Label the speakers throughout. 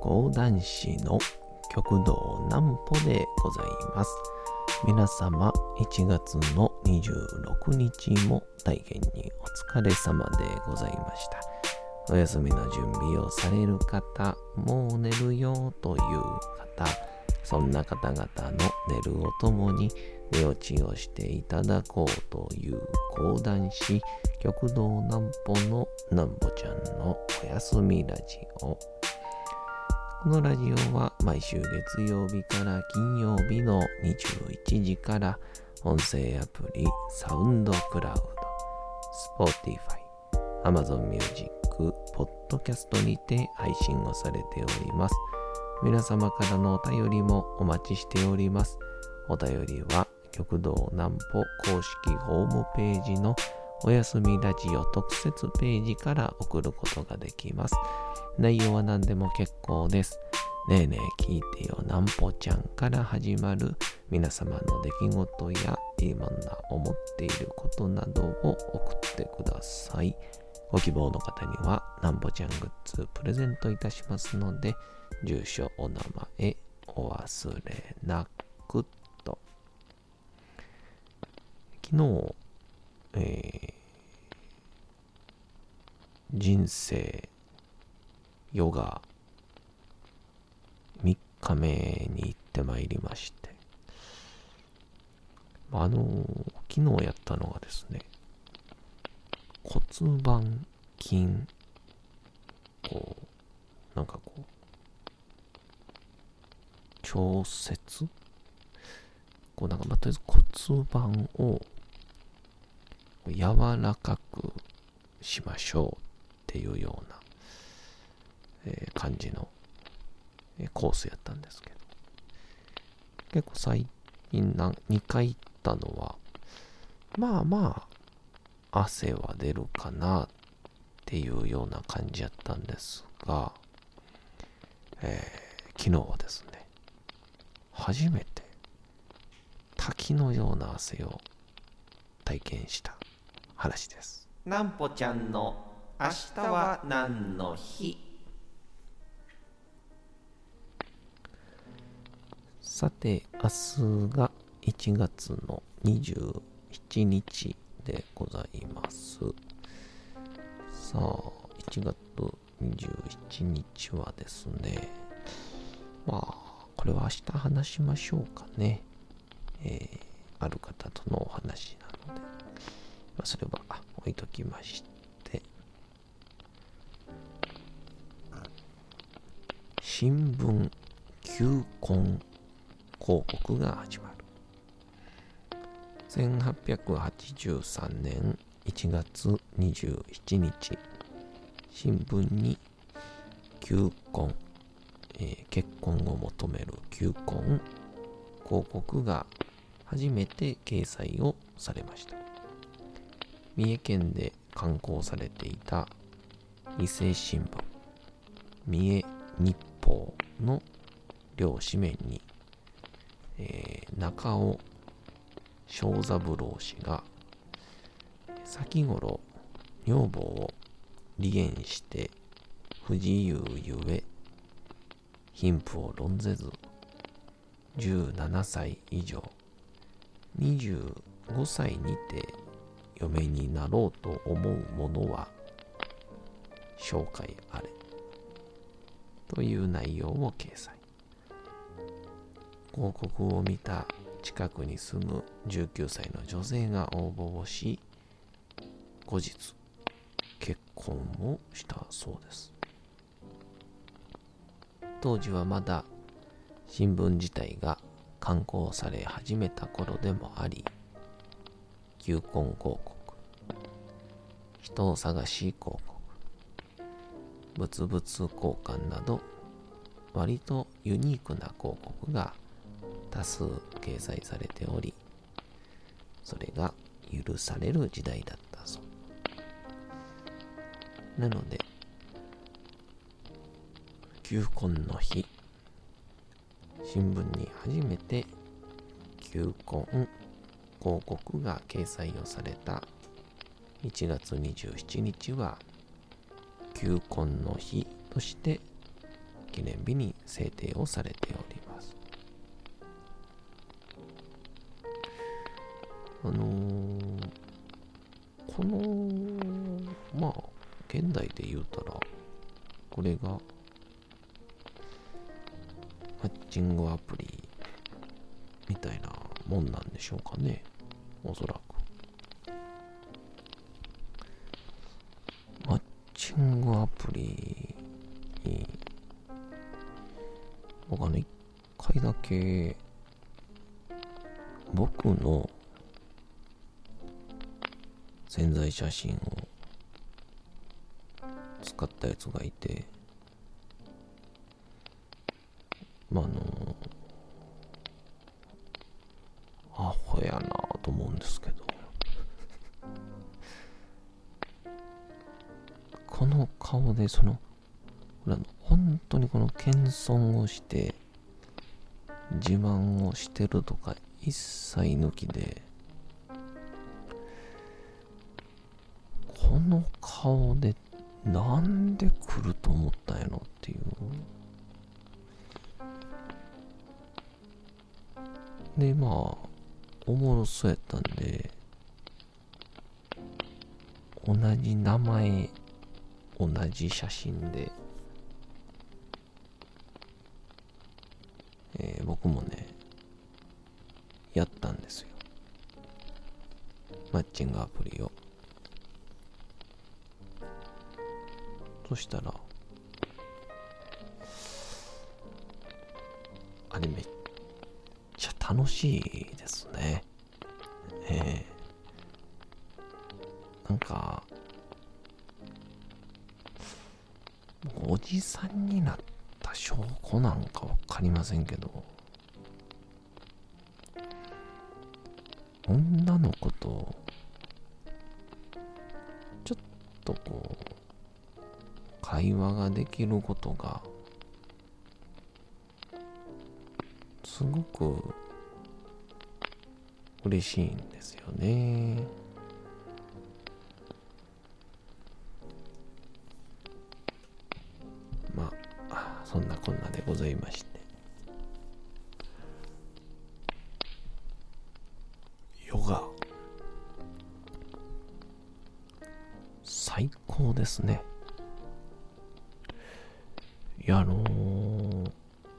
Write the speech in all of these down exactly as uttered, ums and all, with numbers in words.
Speaker 1: 講談師の極道南歩でございます。皆様いちがつのにじゅうろくにちも大変にお疲れ様でございました。お休みの準備をされる方、もう寝るよという方、そんな方々の寝るをともに寝落ちをしていただこうという講談師極道南歩の南歩ちゃんのお休みラジオ。このラジオは毎週月曜日から金曜日のにじゅういちじから音声アプリサウンドクラウド、Spotify、Amazon Music、ポッドキャストにて配信をされております。皆様からのお便りもお待ちしております。お便りは極道南歩公式ホームページのおやすみラジオ特設ページから送ることができます。内容は何でも結構です。ねえねえ聞いてよ南歩ちゃんから始まる皆様の出来事や今な思っていることなどを送ってください。ご希望の方には南歩ちゃんグッズプレゼントいたしますので、住所お名前お忘れなくと。昨日、えー、人生ヨガみっかめに行ってまいりまして、あのー、昨日やったのがですね、骨盤筋、こうなんかこう調節、こうなんかまあ、とりあえず骨盤を柔らかくしましょうっていうような、えー、感じの、えー、コースやったんですけど、結構最近なにかい行ったのはまあまあ汗は出るかなっていうような感じやったんですが、えー、昨日はですね、初めて滝のような汗を体験した話です。
Speaker 2: 南歩ちゃんの明日は何の日。
Speaker 1: さて、明日がいちがつのにじゅうしちにちでございます。さあ、いちがつにじゅうしちにちはですね、まあこれは明日話しましょうかね。えー、ある方とのお話なので、まあ、それは置いときまして、新聞求婚広告が始まる。せんはっぴゃくはちじゅうさんねんいちがつにじゅうしちにち、新聞に求婚、えー、結婚を求める求婚広告が初めて掲載をされました。三重県で刊行されていた伊勢新聞、三重日報の両紙面に、えー、中尾正三郎氏が先頃女房を離縁して不自由ゆえ貧富を論ぜずじゅうななさい以上にじゅうごさいにて嫁になろうと思う者は紹介あれという内容を掲載。広告を見た近くに住むじゅうきゅうさいの女性が応募をし、後日結婚をしたそうです。当時はまだ新聞自体が刊行され始めた頃でもあり、求婚広告、人を探し広告、物々交換など割とユニークな広告が多数掲載されており、それが許される時代だったそう。なので求婚の日、新聞に初めて求婚広告が掲載をされたいちがつにじゅうしちにちは求婚の日として掲記念日に制定をされております。あのー、このまあ現代で言うたらこれがマッチングアプリみたいなもんなんでしょうかね、おそらく。マッチングアプリに僕はね、一回だけ僕の宣材写真を使ったやつがいて、まああのアホやなと思うんですけど、この顔でその本当にこの謙遜をして自慢をしてるとか一切抜きで、この顔でなんで来ると思ったんやろっていう。でまあおもろそうやったんで、同じ名前同じ写真で、えー、僕もねやったんですよ、マッチングアプリを。そしたらあれめっちゃ楽しいですね。えー、なんかおじさんになった証拠なんかわかりませんけど、女の子とちょっとこう会話ができることがすごく嬉しいんですよね。まあそんなこんなでございまして、ヨガ最高ですね。いやあのー、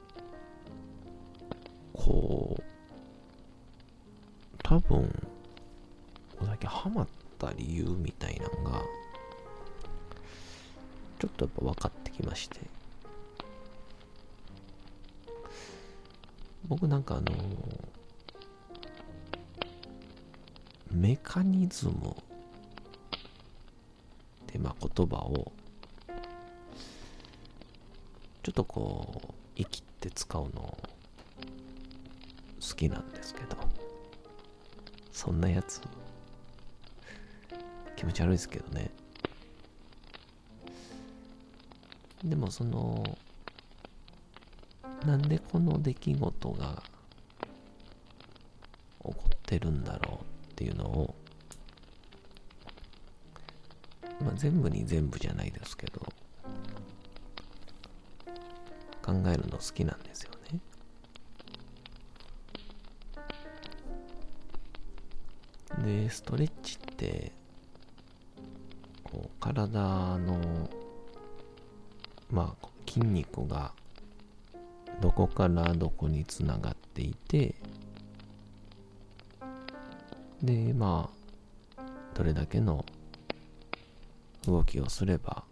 Speaker 1: こう多分これだけハマった理由みたいなのがちょっとやっぱ分かってきまして、僕なんかあのー、メカニズムってまあ言葉をちょっとこう生きって使うの好きなんですけど、そんなやつ気持ち悪いですけどね。でもそのなんでこの出来事が起こってるんだろうっていうのを、まあ全部に全部じゃないですけど考えるの好きなんですよね。でストレッチってこう体のまあ筋肉がどこからどこにつながっていて、でまあどれだけの動きをすれば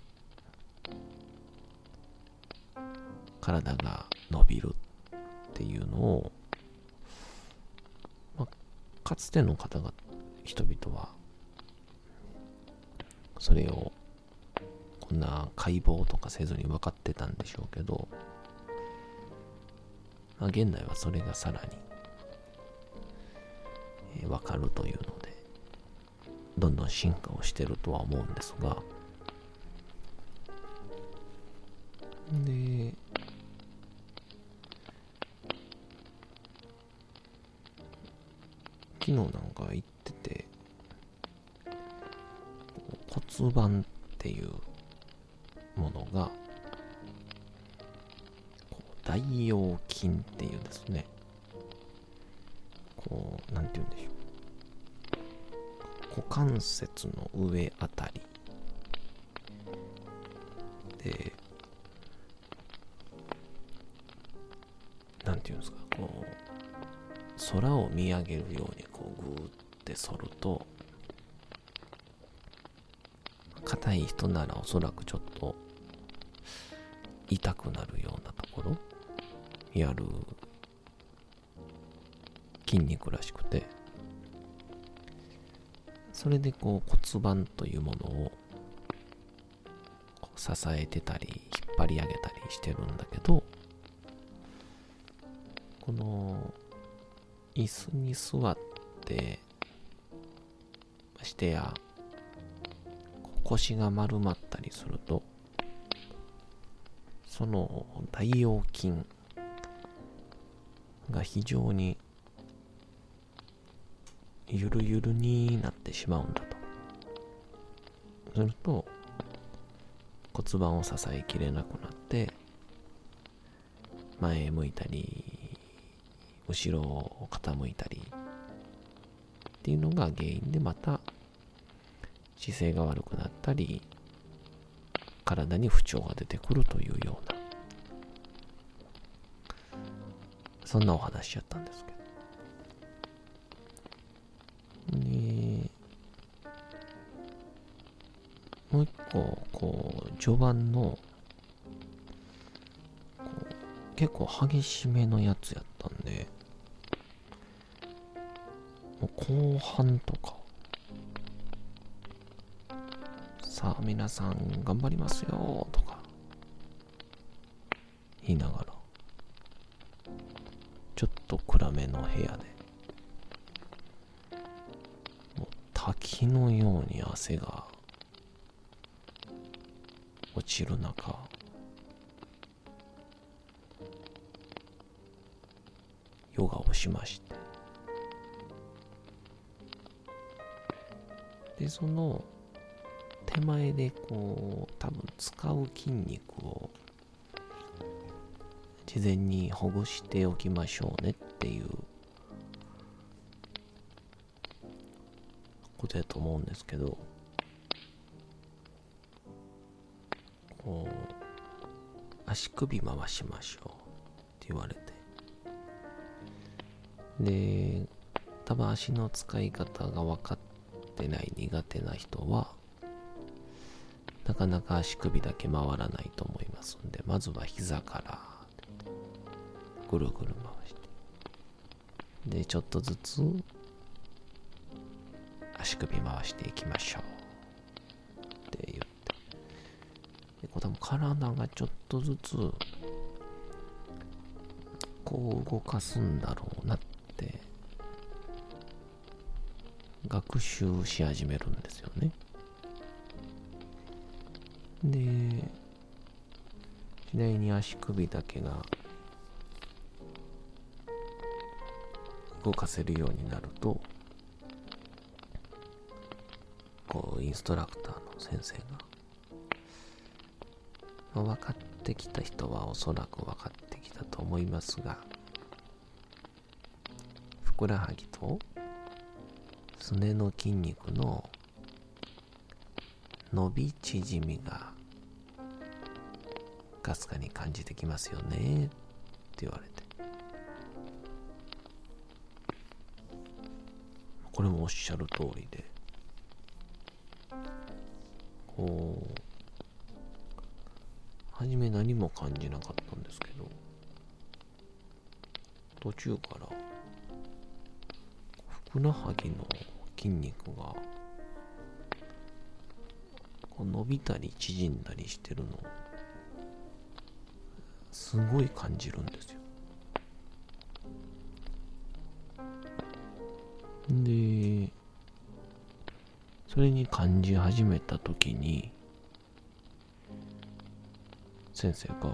Speaker 1: 体が伸びるっていうのを、まあ、かつての方々人々はそれをこんな解剖とかせずに分かってたんでしょうけど、まあ、現代はそれがさらに、えー、分かるというのでどんどん進化をしてるとは思うんですが、で昨日なんか言ってて、骨盤っていうものが大腰筋っていうですね、こうなんて言うんでしょう、股関節の上あたりで、なんて言うんですか、こう空を見上げるようにこうグーって反ると、硬い人ならおそらくちょっと痛くなるようなところやる筋肉らしくて、それでこう骨盤というものをこう支えてたり引っ張り上げたりしてるんだけど、この椅子に座ってましてや腰が丸まったりすると、その大腰筋が非常にゆるゆるになってしまうんだと。すると骨盤を支えきれなくなって前へ向いたり後ろを傾いたりっていうのが原因で、また姿勢が悪くなったり体に不調が出てくるというような、そんなお話やったんですけど、でもう一個こう序盤のこう結構激しめのやつやったんで、もう後半とか、さあ皆さん頑張りますよとか言いながら、ちょっと暗めの部屋でもう滝のように汗が落ちる中、ヨガをしまして、でその手前でこう多分使う筋肉を事前にほぐしておきましょうねっていうことやと思うんですけど、こう足首回しましょうって言われて、で多分足の使い方が分かってない苦手な人はなかなか足首だけ回らないと思いますんで、まずは膝からぐるぐる回して、でちょっとずつ足首回していきましょうって言って、でこう多分体がちょっとずつこう動かすんだろうなって学習し始めるんですよね。で次第に足首だけが動かせるようになると、こうインストラクターの先生が、まあ、分かってきた人はおそらく分かってきたと思いますが、ふくらはぎとすねの筋肉の伸び縮みがかすかに感じてきますよねって言われて、これもおっしゃる通りで、こう初め何も感じなかったんですけど、途中からふくらはぎの筋肉がこう伸びたり縮んだりしてるのをすごい感じるんですよ。でそれに感じ始めた時に先生が、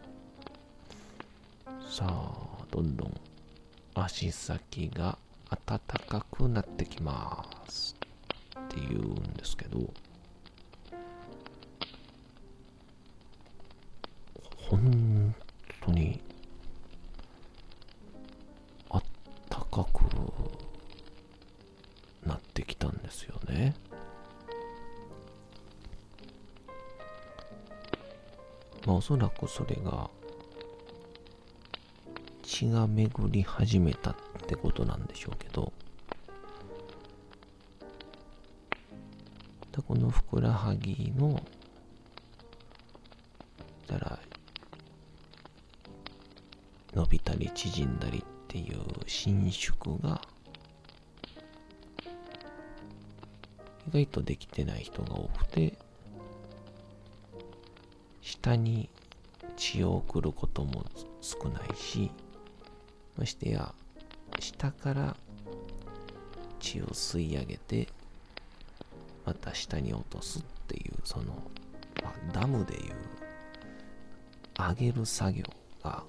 Speaker 1: さあどんどん足先が暖かくなってきますって言うんですけど、本当におそらくそれが血が巡り始めたってことなんでしょうけど、このふくらはぎのだから伸びたり縮んだりっていう伸縮が意外とできてない人が多くて、下に血を送ることも少ないし、ましてや下から血を吸い上げてまた下に落とすっていう、その、まあ、ダムでいう上げる作業が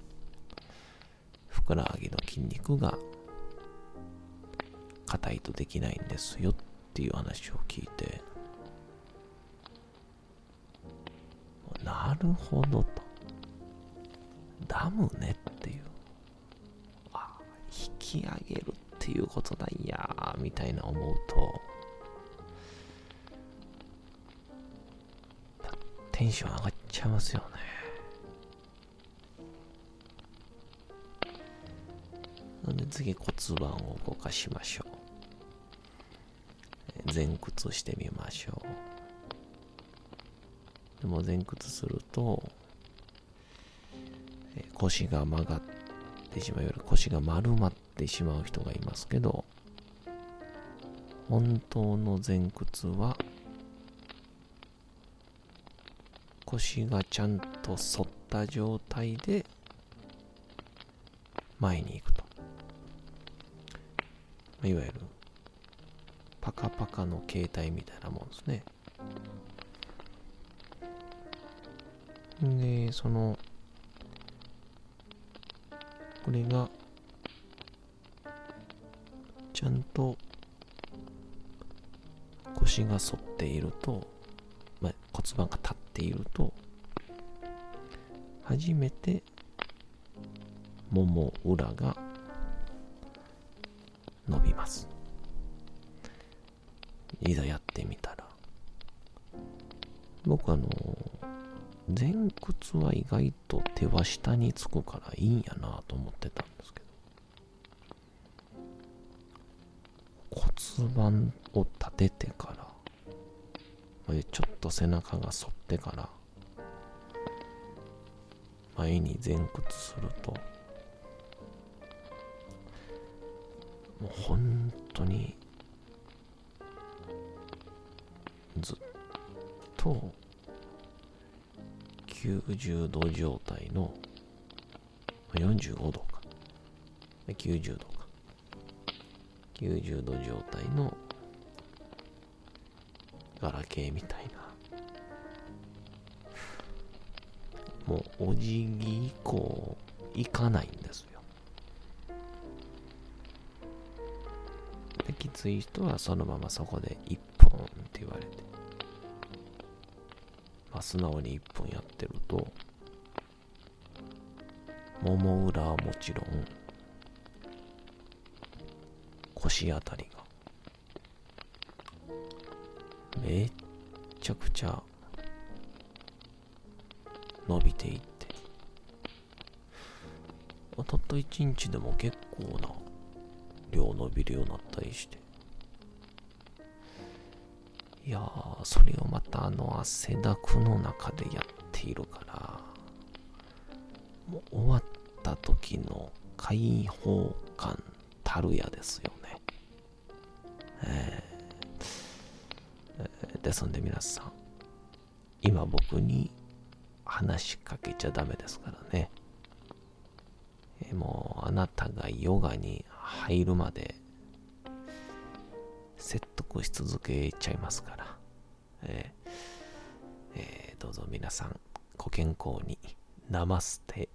Speaker 1: ふくらはぎの筋肉が硬いとできないんですよっていう話を聞いて、なるほどと、ダムねっていう、あ、引き上げるっていうことだいやみたいな思うとテンション上がっちゃいますよね。なので次骨盤を動かしましょう。前屈してみましょう。でも前屈すると腰が曲がってしまうより腰が丸まってしまう人がいますけど、本当の前屈は腰がちゃんと反った状態で前に行くと、いわゆるパカパカの携帯みたいなもんですね。で、そのこれがちゃんと腰が反っていると、まあ、骨盤が立っていると初めてもも裏が伸びます。いざやってみたら、僕あの前屈は意外と手は下につくからいいんやなと思ってたんですけど、骨盤を立ててからちょっと背中が反ってから前に前屈すると、もう本当にずっときゅうじゅうど状態のよんじゅうごどかきゅうじゅうどかきゅうじゅうど状態のガラケーみたいな、もうお辞儀以降行かないんですよ。できつい人はそのままそこでいっぷんって言われて、まあ、素直にいっぷんやってるともも裏はもちろん腰あたりがめっちゃくちゃ伸びていって、たったいちにちでも結構な量伸びるようになったりして、いやー、それをまたあの汗だくの中でやっているから、もう終わった時の解放感たるやですよね。えー、ですので皆さん、今僕に話しかけちゃダメですからね。えー、もうあなたがヨガに入るまで説得し続けちゃいますから、えーえー、どうぞ皆さんご健康に。ナマステ。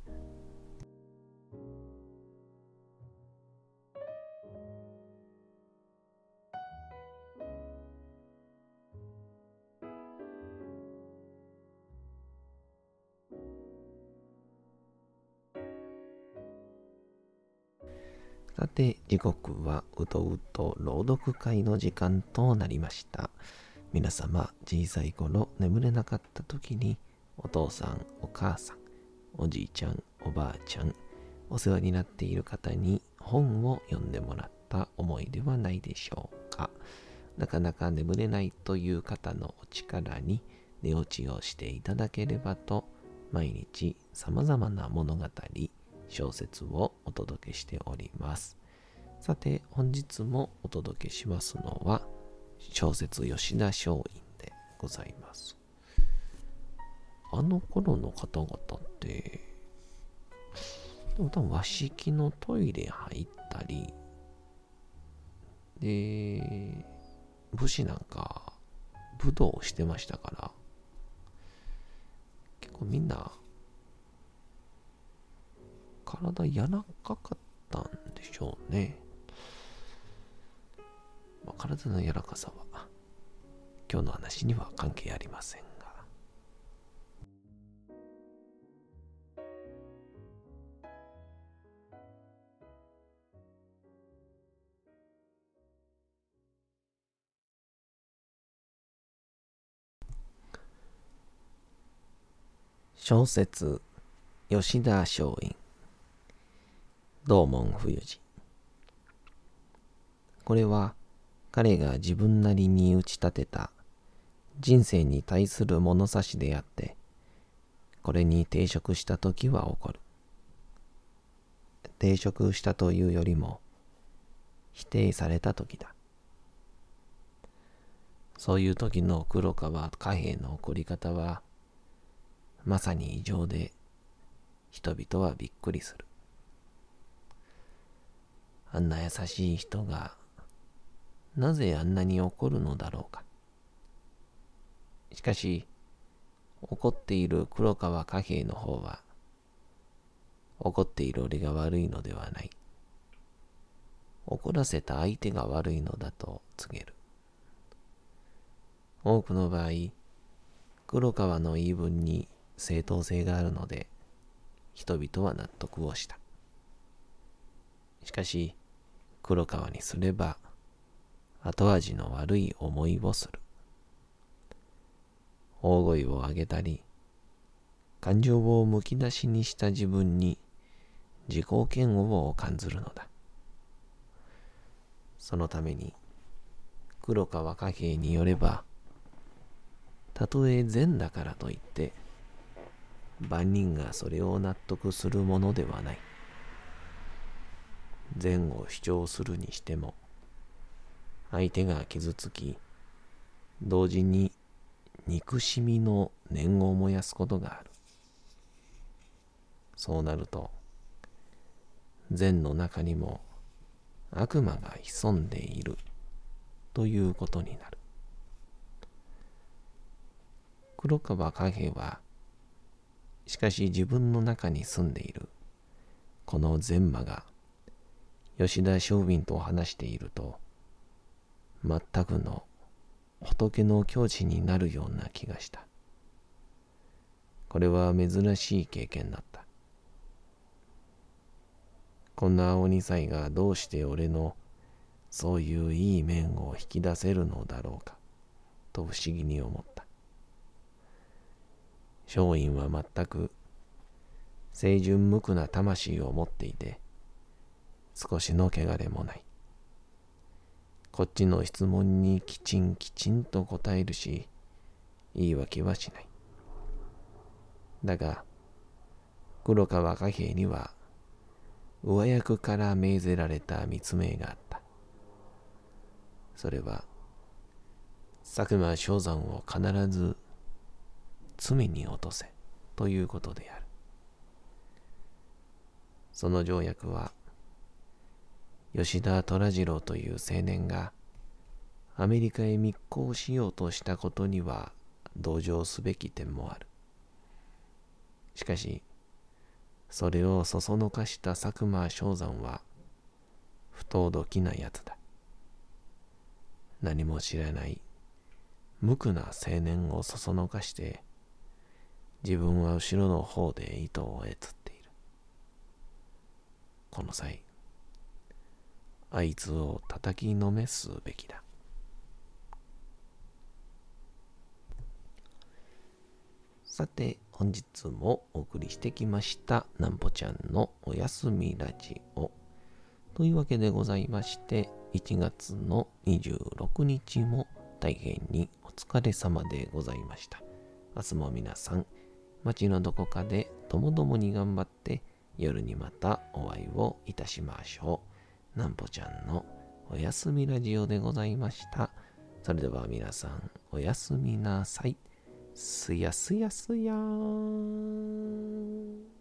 Speaker 1: さて、時刻はうとうと朗読会の時間となりました。皆様、小さい頃眠れなかった時にお父さん、お母さん、おじいちゃん、おばあちゃん、お世話になっている方に本を読んでもらった思いではないでしょうか。なかなか眠れないという方のお力に寝落ちをしていただければと、毎日様々な物語、小説をお届けしております。さて、本日もお届けしますのは、小説吉田松陰でございます。あの頃の方々って、でも多分和式のトイレ入ったり、で、武士なんか武道をしてましたから、結構みんな体柔らかかったんでしょうね。まあ、体の柔らかさは今日の話には関係ありませんが、小説吉田松陰道門冬治。これは彼が自分なりに打ち立てた人生に対する物差しであって、これに抵触したときは起こる。抵触したというよりも否定されたときだ。そういう時の黒川貨幣の起こり方はまさに異常で、人々はびっくりする。あんな優しい人がなぜあんなに怒るのだろうか。しかし怒っている黒川貨幣の方は、怒っている俺が悪いのではない、怒らせた相手が悪いのだと告げる。多くの場合、黒川の言い分に正当性があるので、人々は納得をした。しかし、黒川にすれば、後味の悪い思いをする。大声を上げたり、感情をむき出しにした自分に自己嫌悪を感ずるのだ。そのために、黒川貨幣によれば、たとえ善だからといって、万人がそれを納得するものではない。善を主張するにしても、相手が傷つき、同時に憎しみの念を燃やすことがある。そうなると、善の中にも悪魔が潜んでいるということになる。黒川貨幣は、しかし自分の中に住んでいるこの善魔が吉田松陰と話していると、全くの仏の境地になるような気がした。これは珍しい経験だった。こんな鬼才がどうして俺のそういういい面を引き出せるのだろうかと不思議に思った。松陰は全く清純無垢な魂を持っていて、少しの汚れもない。こっちの質問にきちんきちんと答えるし、言い訳はしない。だが、黒川貨幣には、上役から命ぜられた密命があった。それは、佐久間象山を必ず罪に落とせということである。その条約は、吉田虎次郎という青年がアメリカへ密航しようとしたことには同情すべき点もある。しかし、それをそそのかした佐久間象山は不当時なやつだ。何も知らない無垢な青年をそそのかして、自分は後ろの方で糸をえつっている。この際、あいつを叩きのめすべきだ。 さて本日もお送りしてきましたなんぽちゃんのおやすみラジオというわけでございまして、いちがつのにじゅうろくにちも大変にお疲れ様でございました。明日も皆さん街のどこかでともどもに頑張って夜にまたお会いをいたしましょう。なんぽちゃんのおやすみラジオでございました。それでは皆さんおやすみなさい。すやすやすやーん。